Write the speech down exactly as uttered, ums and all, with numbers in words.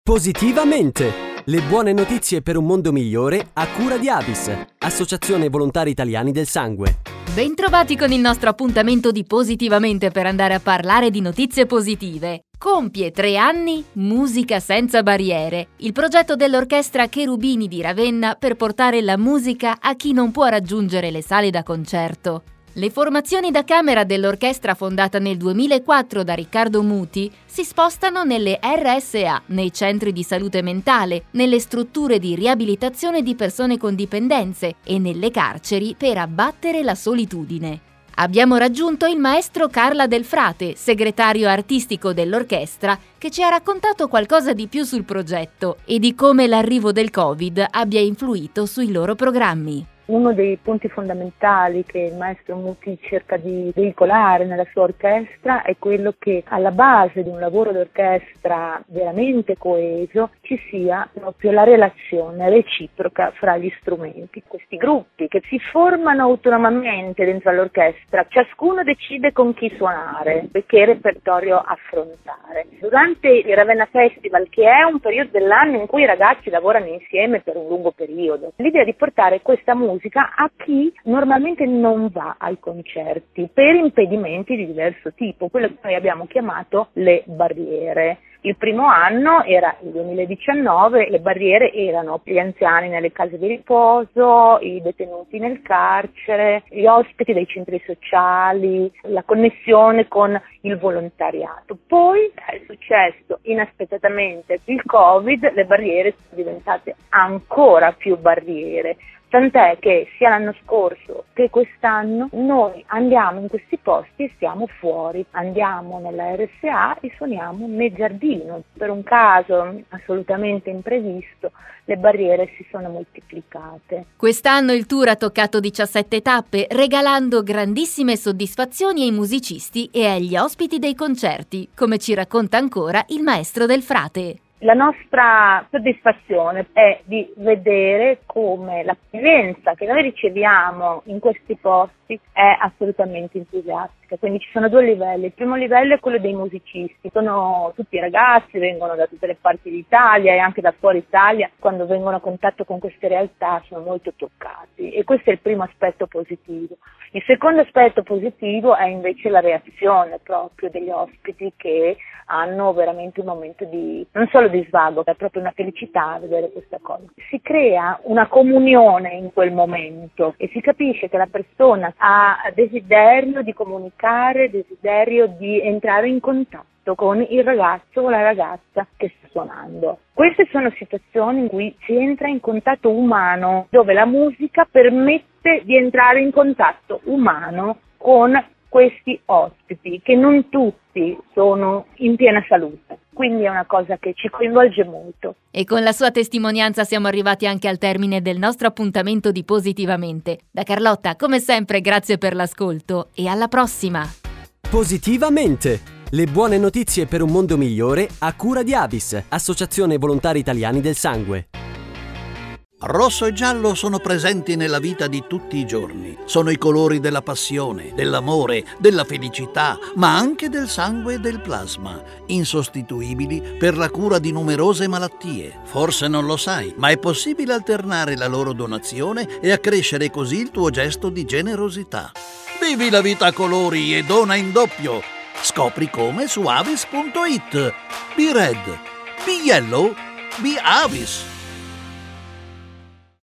Positivamente! Le buone notizie per un mondo migliore a cura di Avis, Associazione Volontari Italiani del Sangue. Bentrovati con il nostro appuntamento di Positivamente per andare a parlare di notizie positive. Compie tre anni Musica Senza Barriere, il progetto dell'Orchestra Cherubini di Ravenna per portare la musica a chi non può raggiungere le sale da concerto. Le formazioni da camera dell'orchestra fondata nel duemilaquattro da Riccardo Muti si spostano nelle R S A, nei centri di salute mentale, nelle strutture di riabilitazione di persone con dipendenze e nelle carceri per abbattere la solitudine. Abbiamo raggiunto il maestro Carla Del Frate, segretario artistico dell'orchestra, che ci ha raccontato qualcosa di più sul progetto e di come l'arrivo del Covid abbia influito sui loro programmi. Uno dei punti fondamentali che il maestro Muti cerca di veicolare nella sua orchestra è quello che alla base di un lavoro d'orchestra veramente coeso ci sia proprio la relazione reciproca fra gli strumenti. Questi gruppi che si formano autonomamente dentro all'orchestra, ciascuno decide con chi suonare e che repertorio affrontare. Durante il Ravenna Festival, che è un periodo dell'anno in cui i ragazzi lavorano insieme per un lungo periodo, l'idea di portare questa musica a chi normalmente non va ai concerti per impedimenti di diverso tipo, quello che noi abbiamo chiamato le barriere. Il primo anno era il duemiladiciannove, le barriere erano gli anziani nelle case di riposo, i detenuti nel carcere, gli ospiti dei centri sociali, la connessione con il volontariato. Poi è successo inaspettatamente il Covid, le barriere sono diventate ancora più barriere. Tant'è che sia l'anno scorso che quest'anno noi andiamo in questi posti e stiamo fuori, andiamo nella R S A e suoniamo nel giardino. Per un caso assolutamente imprevisto, le barriere si sono moltiplicate. Quest'anno il tour ha toccato diciassette tappe, regalando grandissime soddisfazioni ai musicisti e agli ospiti dei concerti, come ci racconta ancora il maestro Del Frate. La nostra soddisfazione è di vedere come la presenza che noi riceviamo in questi posti è assolutamente entusiastica. Quindi ci sono due livelli. Il primo livello è quello dei musicisti. Sono tutti ragazzi, vengono da tutte le parti d'Italia e anche da fuori Italia. Quando vengono a contatto con queste realtà sono molto toccati e questo è il primo aspetto positivo. Il secondo aspetto positivo è invece la reazione proprio degli ospiti che hanno veramente un momento di, non solo di svago, è proprio una felicità vedere questa cosa. Si crea una comunione in quel momento e si capisce che la persona ha desiderio di comunicare, desiderio di entrare in contatto con il ragazzo o la ragazza che sta suonando. Queste sono situazioni in cui si entra in contatto umano, dove la musica permette di entrare in contatto umano con questi ospiti, che non tutti sono in piena salute. Quindi è una cosa che ci coinvolge molto. E con la sua testimonianza siamo arrivati anche al termine del nostro appuntamento di Positivamente. Da Carlotta, come sempre, grazie per l'ascolto e alla prossima! Positivamente! Le buone notizie per un mondo migliore a cura di Avis, Associazione Volontari Italiani del Sangue. Rosso e giallo sono presenti nella vita di tutti i giorni. Sono i colori della passione, dell'amore, della felicità, ma anche del sangue e del plasma, insostituibili per la cura di numerose malattie. Forse non lo sai, ma è possibile alternare la loro donazione e accrescere così il tuo gesto di generosità. Vivi la vita a colori e dona in doppio. Scopri come su avis punto it. Be red, be yellow, be Avis.